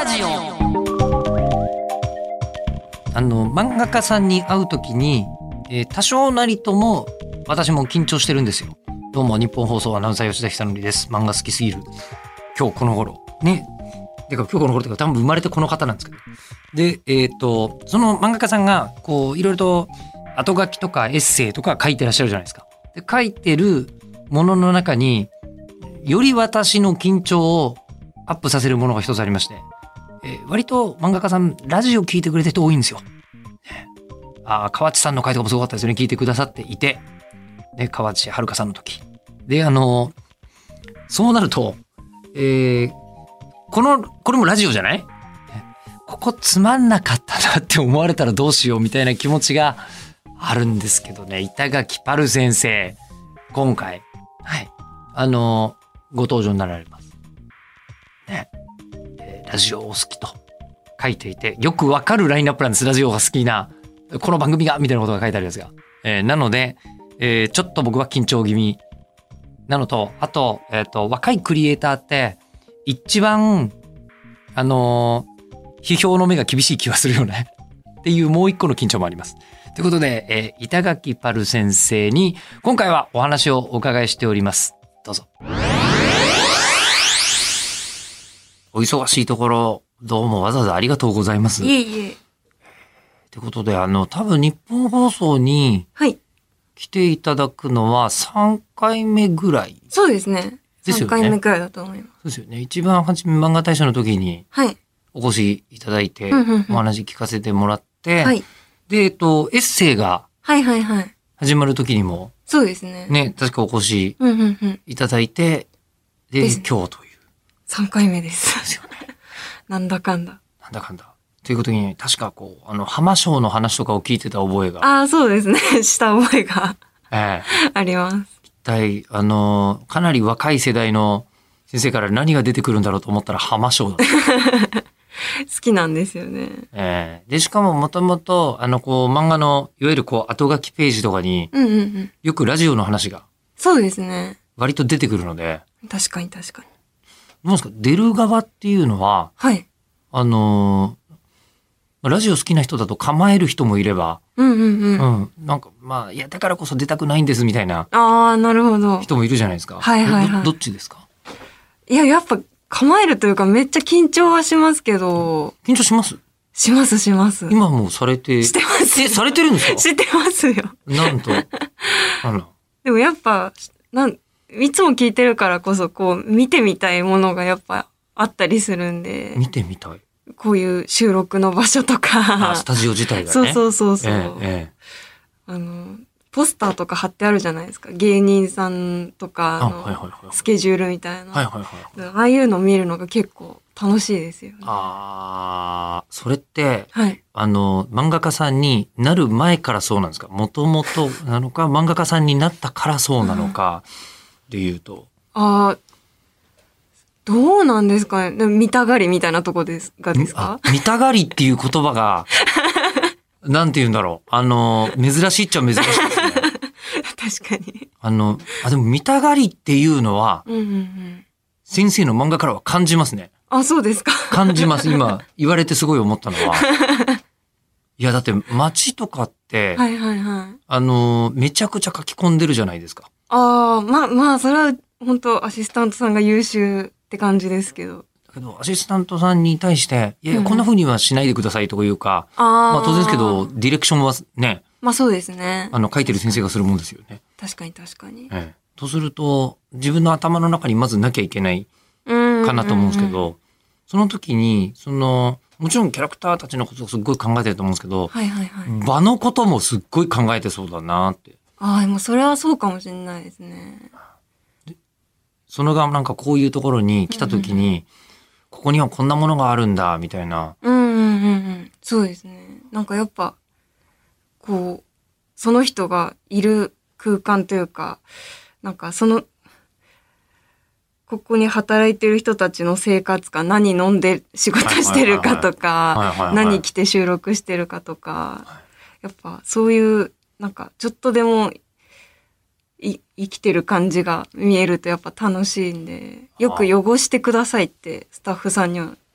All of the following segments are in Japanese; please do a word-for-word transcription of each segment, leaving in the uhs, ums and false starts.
ジオ。あの漫画家さんに会うときに、えー、多少なりとも私も緊張してるんですよ。どうも日本放送アナウンサー吉田久典です。漫画好きすぎる今日この頃ね。てか今日この頃ってか多分生まれてこの方なんですけど。で、えっとその漫画家さんがこういろいろと後書きとかエッセイとか書いてらっしゃるじゃないですか。で書いてるものの中により私の緊張をアップさせるものが一つありまして、えー、割と漫画家さんラジオ聞いてくれてる人多いんですよ。ね、あ河内さんの回とかもすごかったですよね。聞いてくださっていて、ね、河内遥さんの時で、あのそうなると、えー、このこれもラジオじゃない？ここつまんなかったなって思われたらどうしようみたいな気持ちがあるんですけどね。板垣パル先生、今回、はい、あのご登場になられます。ね、えー、ラジオを好きと書いていて、よくわかるラインナップなんです。ラジオが好きな、この番組がみたいなことが書いてあるやつが。えー、なので、えー、ちょっと僕は緊張気味なのと、あと、えっと、若いクリエイターって、一番、あのー、批評の目が厳しい気はするよね。っていうもう一個の緊張もあります。ということで、えー、板垣パル先生に、今回はお話をお伺いしております。どうぞ。お忙しいところ、どうもわざわざありがとうございます。 いえいえ。 ということで、あの、多分日本放送に来ていただくのはさんかいめぐらい。 そうですね。 ですよね。 さんかいめくらいだと思います。 そうですよね。一番初め漫画大賞の時にお越しいただいて、お話聞かせてもらって、 はい、 で、えっと、エッセイが始まる時にも、 そうですね。 ね、確かお越しいただいて、で、今日という。 さんかいめです。 ですよね。 なんだかんだ。 なんだかんだ。ということに、確かこう、あの、浜章の話とかを聞いてた覚えが。 ああ、そうですね。した覚えが、 ええ、 あります。 一体、あの、かなり若い世代の先生から何が出てくるんだろうと思ったら浜章だった。 好きなんですよね。 ええ、で、しかももともと、あの、こう、漫画の、いわゆるこう、後書きページとかに、 うんうんうん、 よくラジオの話が。 そうですね。 割と出てくるので。 確かに確かに。 どうですか？出る側っていうのは、 はい。 あのー、ラジオ好きな人だと構える人もいれば、 うんうんうん。 うん。なんか、まあ、いや、だからこそ出たくないんですみたいな。 ああ、なるほど。 人もいるじゃないですか。 はいはいはい。 ど、どっちですか？ いや、やっぱ構えるというかめっちゃ緊張はしますけど。 緊張します？ しますします。 今もうされて。 してます。 え、されてるんですか？ してますよ。 なんと。あら。 でもやっぱ、なん、いつも聞いてるからこそ、こう、見てみたいものがやっぱあったりするんで。 見てみたい。 こういう収録の場所とか。 あ、スタジオ自体がね。 そうそうそうそう。 ええええ、 あの、ポスターとか貼ってあるじゃないですか。芸人さんとかのスケジュールみたいな。 はいはいはい。 ああいうの見るのが結構楽しいですよね。 ああ、それって、 はい、 あの、漫画家さんになる前からそうなんですか？もともとなのか、漫画家さんになったからそうなのかで言うと。 ああ、どうなんですかね。でも見たがりみたいなとこですがですか？ 見たがりっていう言葉が、なんて言うんだろう。あの、珍しいっちゃ珍しいですね。 確かに。 あの、あ、でも見たがりっていうのは、 うんうんうん、 先生の漫画からは感じますね。 あ、そうですか。 感じます。今、言われてすごい思ったのは。いや、だって街とかって、 はいはいはい。 あの、めちゃくちゃ書き込んでるじゃないですか。 ああ、まあまあ、それは本当アシスタントさんが優秀って感じですけど。 だけど、アシスタントさんに対して、いやいや、こんな風にはしないでくださいとかいうか、うん、まあ当然ですけど、ディレクションはね、 まあそうですね。 あの、書いてる先生がするもんですよね。 確かに確かに。 ええ、とすると、自分の頭の中にまずなきゃいけないかなと思うんですけど、その時に、その、もちろんキャラクターたちのことをすっごい考えてると思うんですけど、 はいはいはい、 場のこともすっごい考えてそうだなって。 ああ、でもそれはそうかもしれないですね。 その側なんかこういうところに来た時に、うんうん、ここにはこんなものがあるんだ、みたいな。 うんうんうんうん。そうですね。なんかやっぱ、こう、その人がいる空間というか、なんかその、ここに働いてる人たちの生活か、何飲んで仕事してるかとか、何着て収録してるかとか、やっぱそういう、なんかちょっとでもい生きてる感じが見えるとやっぱ楽しいんで、よく汚してくださいってスタッフさんには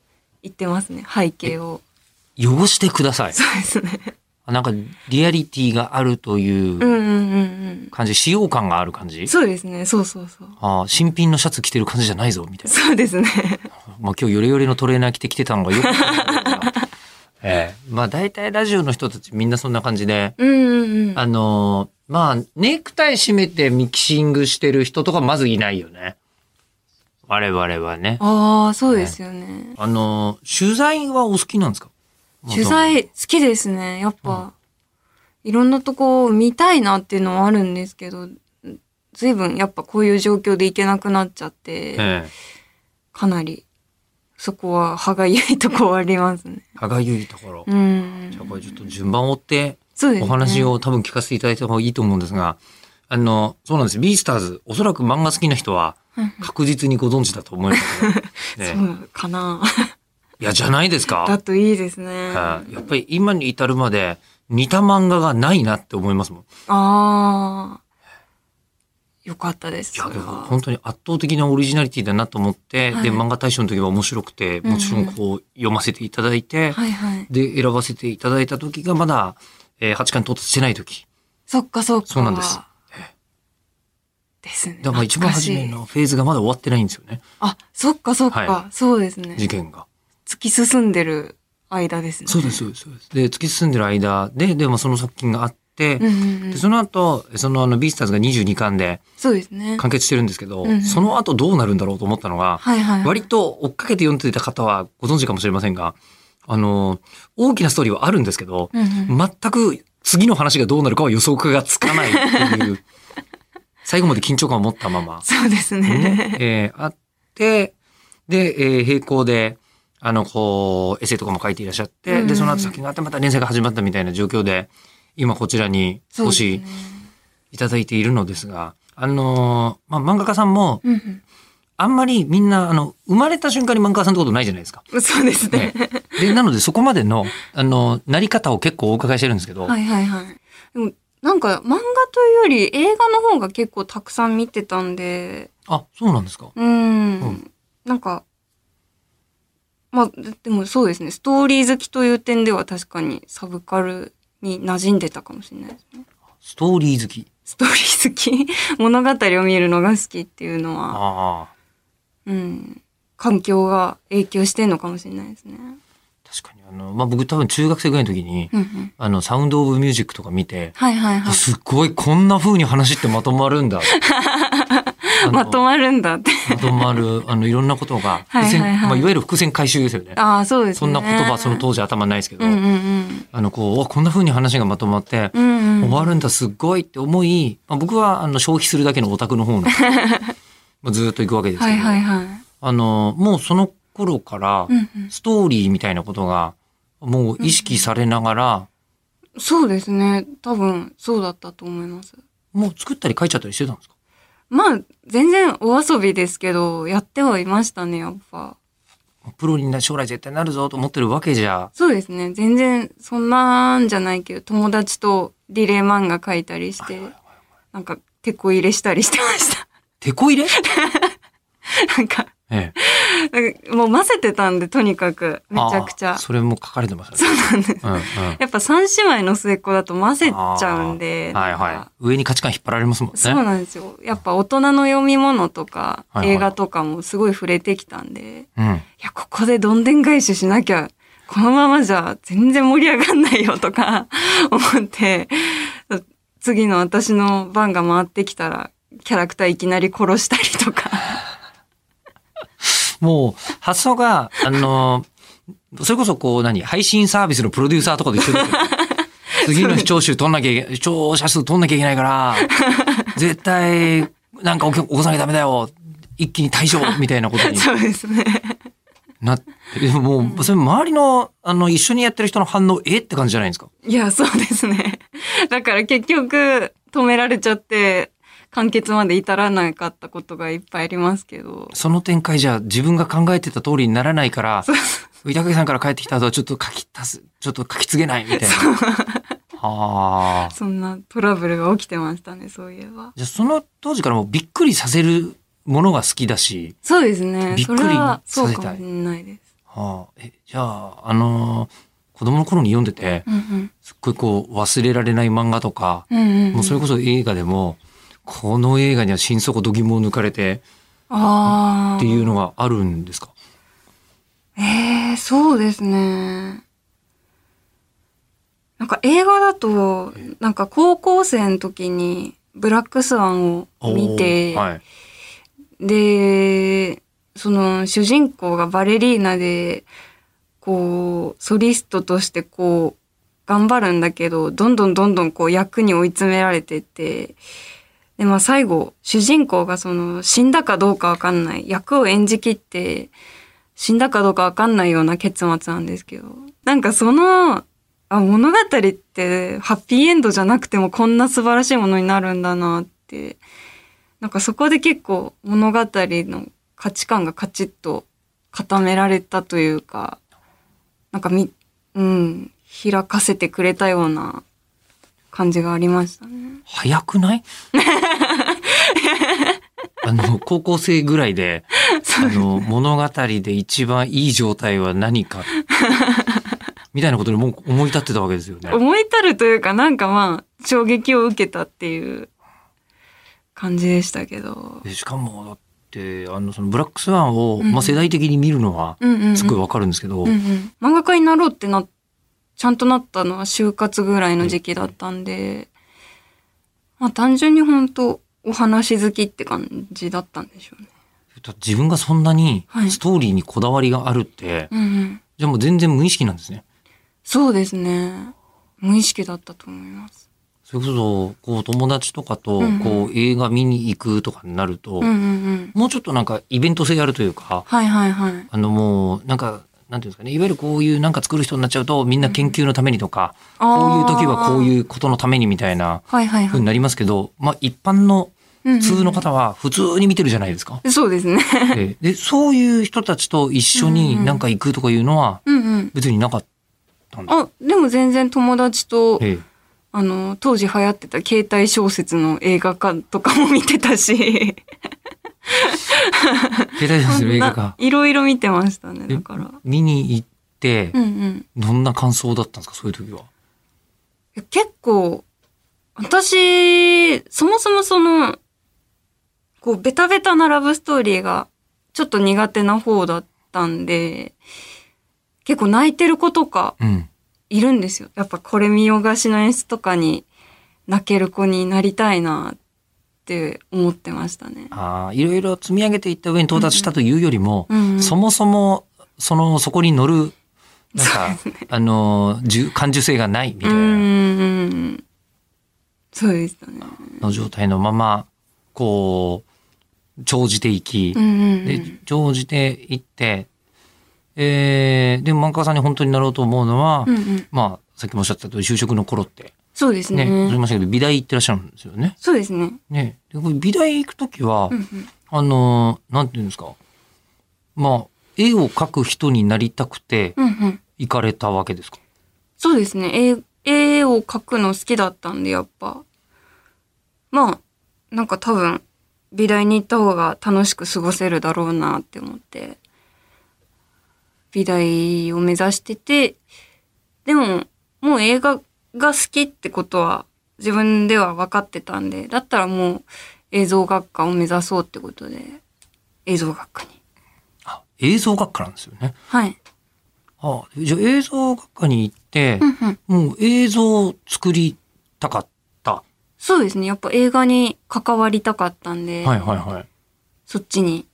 言ってますね、背景を。 汚してください。 そうですね。 なんかリアリティがあるといううんうんうんうん。 感じ、使用感がある感じ。 そうですね。そうそうそう。 ああ、新品のシャツ着てる感じじゃないぞみたいな。 そうですね。 まあ今日ヨレヨレのトレーナー着てきてたのがよくわかるからええ、まあ大体ラジオの人たちみんなそんな感じで、 うんうんうん。 あのーまあネクタイ締めてミキシングしてる人とかまずいないよね。我々はね。 ああ、そうですよね。 あのー取材はお好きなんですか？ 取材好きですね。やっぱ、いろんなとこを見たいなっていうのはあるんですけど、随分やっぱこういう状況で行けなくなっちゃって、 ええ、 かなりそこは歯がゆいとこはありますね。 歯がゆいところ。 うん。 じゃあこれちょっと順番を追ってそうですね。 お話を多分聞かせていただいた方がいいと思うんですが、あの、そうなんです。ビースターズ、おそらく漫画好きな人は確実にご存知だと思いますけど、ね。 そうかな。 いや、じゃないですか。 だといいですね。 はいやっぱり今に至るまで似た漫画がないなって思いますもん。 ああ。よかったです。 いや、 それは本当に圧倒的なオリジナリティだなと思って、 はいで、漫画大賞の時は面白くて、もちろんこう読ませていただいて、 はいはい。 で、選ばせていただいた時がまだ、えー、はちかん到達してない時。 そっかそっか。 そうなんです。 ですね。 だから一番初め懐かしい。 のフェーズがまだ終わってないんですよね。 あ、そっかそっか。 はそうですね。 事件が。 突き進んでる間ですね。 そうです、そうです、そうです。で、突き進んでる間で、でもその作品があって、 うんうんうんでその後、そのあの、ビースターズがにじゅうにかんでそうですね。 完結してるんですけど、 うんうんその後どうなるんだろうと思ったのが、 はいはいはい。 割と追っかけて読んでいた方はご存知かもしれませんが、あの、大きなストーリーはあるんですけど、 うんうん全く次の話がどうなるかは予測がつかないっていう、最後まで緊張感を持ったまま、 そうですね。 ねえーあって、で、えー並行で、あの、こう、エッセイとかも書いていらっしゃって、 うんうんで、その後作品があってまた連載が始まったみたいな状況で、今こちらにそうです少しね。 いただいているのですが、あのーまあ、漫画家さんも、 うんあんまりみんな、あの、生まれた瞬間に漫画家さんってことないじゃないですか。 うん。そうですね。 ねで、なのでそこまでの、あの、なり方を結構お伺いしてるんですけど、 はいはいはい。でも、なんか漫画というより映画の方が結構たくさん見てたんで、 あ、そうなんですか。 うん。 うんなんか、まあ、でもそうですね。ストーリー好きという点では確かにサブカルに馴染んでたかもしれないですね。 ストーリー好き。 ストーリー好き物語を見るのが好きっていうのは、 ああ、 うん。環境が影響してんのかもしれないですね。 確かに。あの、まあ、僕多分中学生ぐらいの時に、 うんうん。 あの、サウンドオブミュージックとか見て、 はいはいはい。 すっごいこんな風に話ってまとまるんだ。あのまとまるんだって。 まとまる、あの、いろんなことが、 はいはいはい伏線まあ、いわゆる伏線回収ですよね。 ああ、そうですね。 そんな言葉その当時頭にないですけど、 うんうんうん。 あの、こう、おこんな風に話がまとまって、 うんうん。 終わるんだ、すっごいって思い、まあ、僕はあの消費するだけのオタクの方のまあずーっと行くわけですけど、 はいはいはい。 あの、もうその頃からうんうん。 ストーリーみたいなことがもう意識されながら、 そうですね。多分、そうだったと思います。 もう作ったり書いちゃったりしてたんですか？ まあ、全然お遊びですけど、やってはいましたね、やっぱ。 プロにな将来絶対なるぞと思ってるわけじゃ、 そうですね。全然、そんなんじゃないけど、友達とリレー漫画書いたりして、なんか、手こ入れしたりしてました。 手こ入れなんか、 えなんかもう混ぜてたんで、とにかく、めちゃくちゃ。 あそれも書かれてますね。 そうなんです。 うんうんやっぱ三姉妹の末っ子だと混ぜちゃうんで。 はいなんかはい。上に価値観引っ張られますもんね。 そうなんですよ。やっぱ大人の読み物とかはいはい映画とかもすごい触れてきたんで、 うん。 いや、ここでどんでん返ししなきゃ、このままじゃ全然盛り上がんないよとか思って、次の私の番が回ってきたら、キャラクターいきなり殺したりとか。 もう、発想が、あの、それこそこう何、配信サービスのプロデューサーとかで一緒ですよ。次の視聴数取んなきゃいけ、視聴者数取んなきゃいけないから、絶対、なんか起こさなきゃダメだよ。一気に退場みたいなことにそうですね。 なって、でももう、それ周りの、あの、一緒にやってる人の反応、えって感じじゃないですか。 いや、そうですね。だから結局、止められちゃって、完結まで至らなかったことがいっぱいありますけど。 その展開じゃ自分が考えてた通りにならないから、板垣さんから帰ってきた後はちょっと書き足す、ちょっと書き継げないみたいな。はあ。 そんなトラブルが起きてましたね、そういえば。 じゃあその当時からもうびっくりさせるものが好きだし、 そうですね。 びっくりそれはそうさせたいかもしれないです。 はあ、え、じゃあ、あのー子供の頃に読んでて、 うんうんすっごいこう忘れられない漫画とか、 うんうんうん、 もうそれこそ映画でも、この映画には心底度肝を抜かれてああ。 っていうのがあるんですか？ ええ、そうですね。なんか映画だと、なんか高校生の時にブラックスワンを見て、 おーはい。 で、その主人公がバレリーナで、こう、ソリストとしてこう、頑張るんだけど、どんどんどんどんこう役に追い詰められてって、で、まあ最後、主人公がその死んだかどうかわかんない、役を演じきって死んだかどうかわかんないような結末なんですけど、なんかその、あ、物語ってハッピーエンドじゃなくてもこんな素晴らしいものになるんだなって、なんかそこで結構物語の価値観がカチッと固められたというか、なんかみ、うん、開かせてくれたような感じがありましたね。 早くない？あの、高校生ぐらいで、あの、物語で一番いい状態は何か、みたいなことにもう思い立ってたわけですよね。 思い至るというか、なんかまあ、衝撃を受けたっていう感じでしたけど。 でしかも、だって、あの、そのブラックスワンを、 うんまあ、世代的に見るのは、 うんうんうんすごいわかるんですけど、 うんうん、漫画家になろうってな、ちゃんとなったのは就活ぐらいの時期だったんで、まあ単純に本当お話好きって感じだったんでしょうね。 自分がそんなにはいストーリーにこだわりがあるって、 うんうん、 じゃあもう全然無意識なんですね。 そうですね。無意識だったと思います。 それこそ、こう友達とかとうんうんこう映画見に行くとかになると、 うんうんうん。 もうちょっとなんかイベント性あるというか、 はいはいはい。 あのもうなんか、なんていうんですかね、いわゆるこういうなんか作る人になっちゃうとみんな研究のためにとか、こういう時はこうう。 いうことのためにみたいなはいはいはい。 風になりますけど、まあ一般の普通の方は普通に見てるじゃないですか。 そうですね。 で、でそういう人たちと一緒になんか行くとかいうのはうんうん。 別になかったんです。 あ、でも全然友達と、 ええ、 あの、当時流行ってた携帯小説の映画化とかも見てたし、 携帯でする映画か。 いろいろ見てましたね、だから。 見に行ってうんう、ん。 どんな感想だったんですか、そういう時は。 結構、私、そもそもその、こう、ベタベタなラブストーリーがちょっと苦手な方だったんで、結構泣いてる子とかうん。 いるんですよ。やっぱこれ見よがしの演出とかに泣ける子になりたいなって思ってましたね。 ああ、いろいろ積み上げていった上に到達したというよりも、 うんうん、 そもそも、その、そこに乗る、なんか、あの、じゅ感受性がないみたいな。 うんうんうん。そうでしたね。 の状態のまま、こう、長じていき、 うんうんうん、 で、長じていって、えー、でも漫画家さんに本当になろうと思うのは、 うんうん、 まあ、さっきもおっしゃった通り、就職の頃って、 そうですね。 ね、おっしゃいましたけど、美大行ってらっしゃるんですよね。 そうですね。 ね。でこれ美大行くときは、 うんうん、 あの、なんていうんですか、まあ、絵を描く人になりたくて、 うんうん、 行かれたわけですか？ そうですね。絵、絵を描くの好きだったんで、やっぱ。まあ、なんか多分、美大に行った方が楽しく過ごせるだろうなって思って、美大を目指してて、でも、もう映画が好きってことは自分では分かってたんで、だったらもう映像学科を目指そうってことで、映像学科に。 あ、映像学科なんですよね。 はい。 あ、じゃあ映像学科に行って、 うんうん、 もう映像を作りたかった。 そうですね。やっぱ映画に関わりたかったんで、 はいはいはい。 そっちに。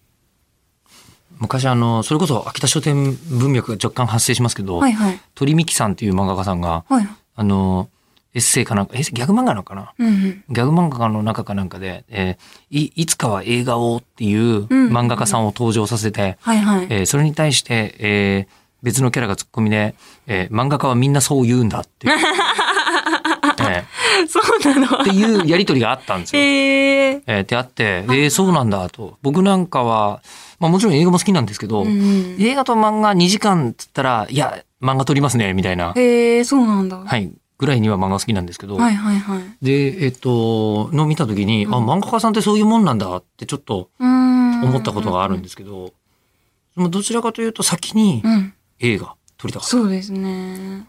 昔あの、それこそ秋田書店文脈が若干発生しますけど、 はいはい。 鳥美紀さんっていう漫画家さんが、 はい。 あの、エッセイかなんか、えギャグ漫画なのかな、 うんうん、 ギャグ漫画の中かなんかで、えーい、いつかは映画をっていう漫画家さんを登場させて、 はいはい。 えーそれに対して、えー別のキャラがツッコミで、えー漫画家はみんなそう言うんだっていう、えそうなのーっていうやりとりがあったんですよ。 へえ。 えーってあって、えーそうなんだと。僕なんかは、まあもちろん映画も好きなんですけど、 うんうん、 映画と漫画にじかんっつったら、いや、漫画撮りますね、みたいな。 へえ、そうなんだ。 はい。ぐらいには漫画好きなんですけど。 はいはいはい。 で、えっと、の見たときに、 うん、 あ、漫画家さんってそういうもんなんだってちょっと思ったことがあるんですけど、 もどちらかというと先にうん。 映画撮りたかった。 そうですね。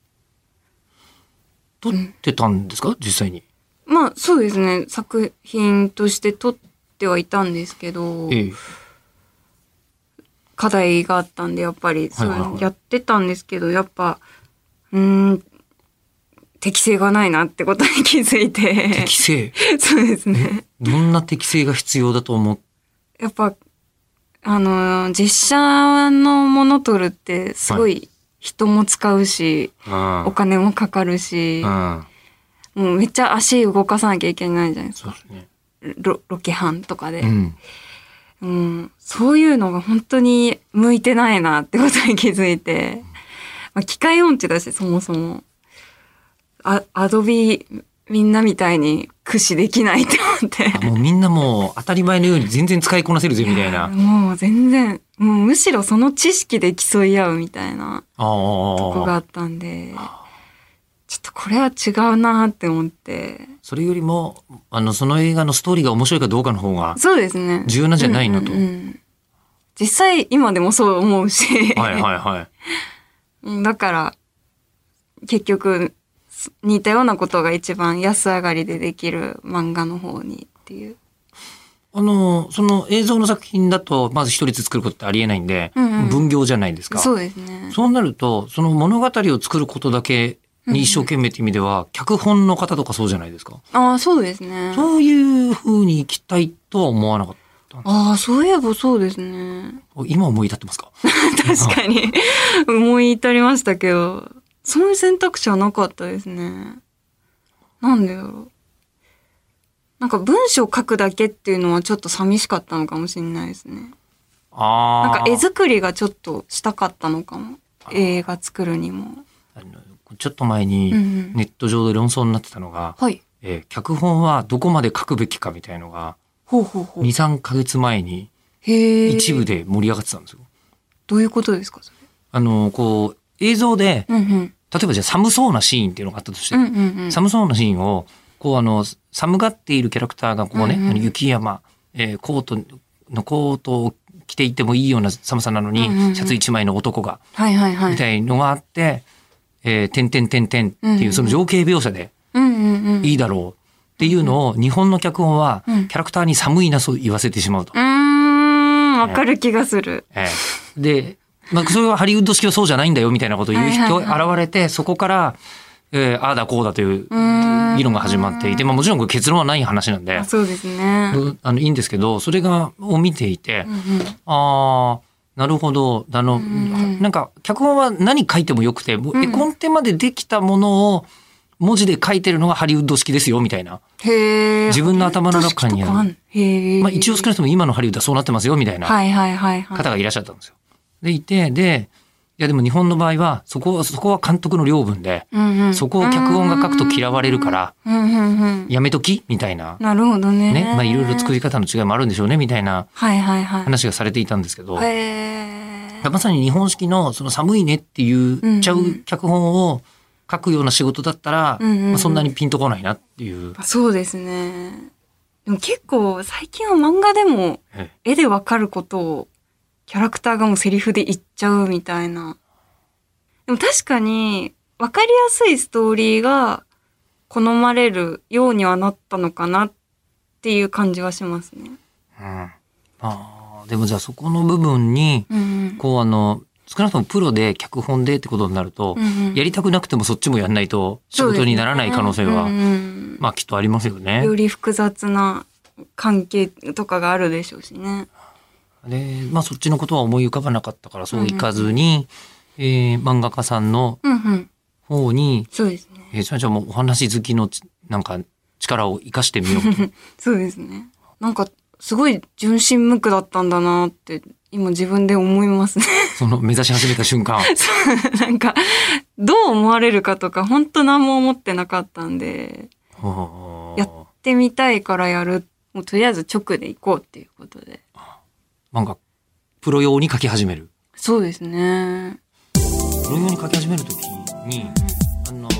撮ってたんですか、実際に。 まあそうですね。作品として撮ってはいたんですけど、 ええ。 課題があったんで、やっぱりそういうはいはいはいのやってたんですけど、やっぱ、うーん、適性がないなってことに気づいて。 適性。 そうですね。 どんな適性が必要だと思っやっぱ、あの、実写のもの撮るってすごい人も使うし、 うんお金もかかるし、 うん。 もうめっちゃ足動かさなきゃいけないじゃないですか。 そうですね。 ロロケハンとかで、 うん。 うん。そういうのが本当に向いてないなってことに気づいて、まあ、機械音痴だし、そもそも。あアドビみんなみたいに駆使できないって思って。 あもうみんなもう当たり前のように全然使いこなせるぜみたいな。 もう全然、もうむしろその知識で競い合うみたいなあとこがああ。 ったんで、ちょっとこれは違うなって思って。 それよりも、あの、その映画のストーリーが面白いかどうかの方がそうですね。 重要なんじゃないのと。 うんうんうん実際今でもそう思うし。 はいはいはい。 うんだから、結局、似たようなことが一番安上がりでできる漫画の方にっていう。 あの、その映像の作品だと、まず一人ずつ作ることってありえないんで、 うんうん分業じゃないですか。 そうですね。 そうなると、その物語を作ることだけに一生懸命って意味では、脚本の方とかそうじゃないですか。 ああ、そうですね。 そういう風に行きたいとは思わなかったんですか。 ああ、そういえばそうですね。 今思い至ってますか。 確かに思い至りましたけど、そういう選択肢はなかったですね。なんでだろう。なんか文章書くだけっていうのはちょっと寂しかったのかもしれないですね。 ああ。 なんか絵作りがちょっとしたかったのかも。映画作るにも。 あのちょっと前にうんうんネット上で論争になってたのが、 はい。 えー脚本はどこまで書くべきかみたいのが、 ほうほうほう。 に、さんかげつまえにへえ。 一部で盛り上がってたんですよ。 どういうことですかそれ。 あの、こう、映像で、 うんうん。 例えばじゃあ寒そうなシーンっていうのがあったとして、 うんうんうん。 寒そうなシーンを、こうあの、寒がっているキャラクターがこうね、 うんうんあの雪山、えーコートのコートを着ていてもいいような寒さなのに、 うんうんうんシャツ一枚の男が、 はいはいはい。 みたいのがあって、えー、てんてんてんてんってうんうんいうその情景描写でうんうんうん。 いいだろうっていうのを、日本の脚本はうんキャラクターに寒いなそう言わせてしまうと。 うーん、わかる気がする。 ええで、まあ、それはハリウッド式はそうじゃないんだよみたいなことを言う人はいはいはいが現れて、そこから、えーああだこうだというーん議論が始まっていて、まあ、もちろんこれ結論はない話なんであ、そうですね。 どあのいいんですけど、それがを見ていて、 うんうんああなるほど、あの、 んなんか脚本は何書いてもよくて、もう絵コンテまでできたものを文字で書いてるのがハリウッド式ですよみたいな。 へえ。 自分の頭の中にあるハリウッド式とかあんへえ。 まあ、一応少なくとも今のハリウッドはそうなってますよみたいなはいはいはいはい。 方がいらっしゃったんですよ。でいて、で、いやでも日本の場合は、そこは、そこは監督の領分で、 うんうん、 そこを脚本が書くと嫌われるから、 うんうんうん。 やめときみたいな。 なるほどね。 ね。まあいろいろ作り方の違いもあるんでしょうね、みたいなはいはいはい。 話がされていたんですけど、 へえ。 まさに日本式のその寒いねって言っちゃう脚本を書くような仕事だったら、 うんうんうんまあ、そんなにピンとこないなっていう。 そうですね。でも結構最近は漫画でもえ絵でわかることをキャラクターがもうセリフで言っちゃうみたいな。でも確かにわかりやすいストーリーが好まれるようにはなったのかなっていう感じはしますね。 うん、ああでもじゃあそこの部分に、 うんこうあの、少なくともプロで脚本でってことになると、 うんうんやりたくなくてもそっちもやんないと仕事にならない可能性は、 そうですねうんうんまあきっとありますよね。 より複雑な関係とかがあるでしょうしね。 で、まあそっちのことは思い浮かばなかったからそういかずに、えー漫画家さんのうんうん。 方に、 そうですね。 えー、じゃあもうお話好きのちなんか力を生かしてみようと。 そうですね。なんかすごい純真無垢だったんだなって今自分で思いますね。 その目指し始めた瞬間。 そうなんかどう思われるかとか本当何も思ってなかったんで、やってみたいからやる。もうとりあえず直で行こうっていうことで。 漫画プロ用に書き始める。 そうですね。 プロ用に書き始めるときに、あの、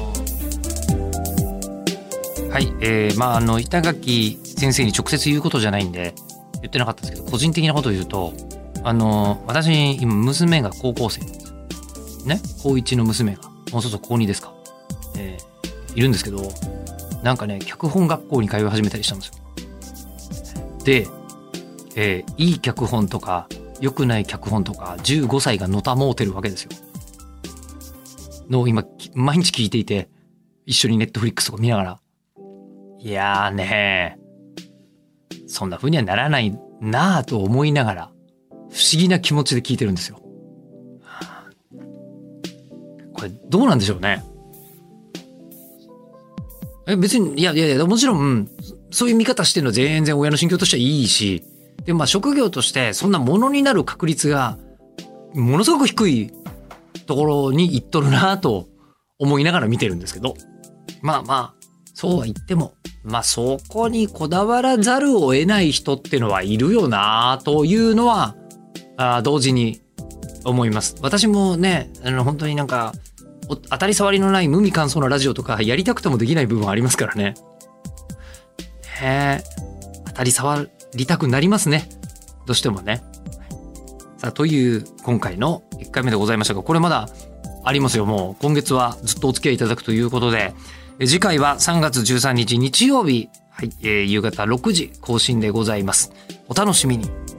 はい、えー、まああの板垣先生に直接言うことじゃないんで言ってなかったんですけど、個人的なことを言うと、 あの私今娘が高校生なんですよね。高いちの娘がもうそろそろ高にですか、えー、いるんですけど、なんかね脚本学校に通い始めたりしたんですよ。で、えー、いい脚本とか良くない脚本とかじゅうごさいがのたもうてるわけですよのを今毎日聞いていて、一緒にネットフリックスとか見ながら、いやーねーそんな風にはならないなぁと思いながら不思議な気持ちで聞いてるんですよ。これどうなんでしょうね。え別にいやいやいやもちろんそういう見方してるのは全然親の心境としてはいいし、でもまあ職業としてそんなものになる確率がものすごく低いところに行っとるなと思いながら見てるんですけど、まあまあそうは言ってもまあそこにこだわらざるを得ない人っていうのはいるよなというのはあ同時に思います。私もねあの本当になんか当たり障りのない無味乾燥なラジオとかやりたくてもできない部分はありますからね。へえ、当たり障りたくなりますね。どうしてもね。さあという今回のいっかいめでございましたが、これまだありますよ。もう今月はずっとお付き合いいただくということで、次回はさんがつじゅうさんにち日曜日、はいえー、夕方ろくじ更新でございます。お楽しみに。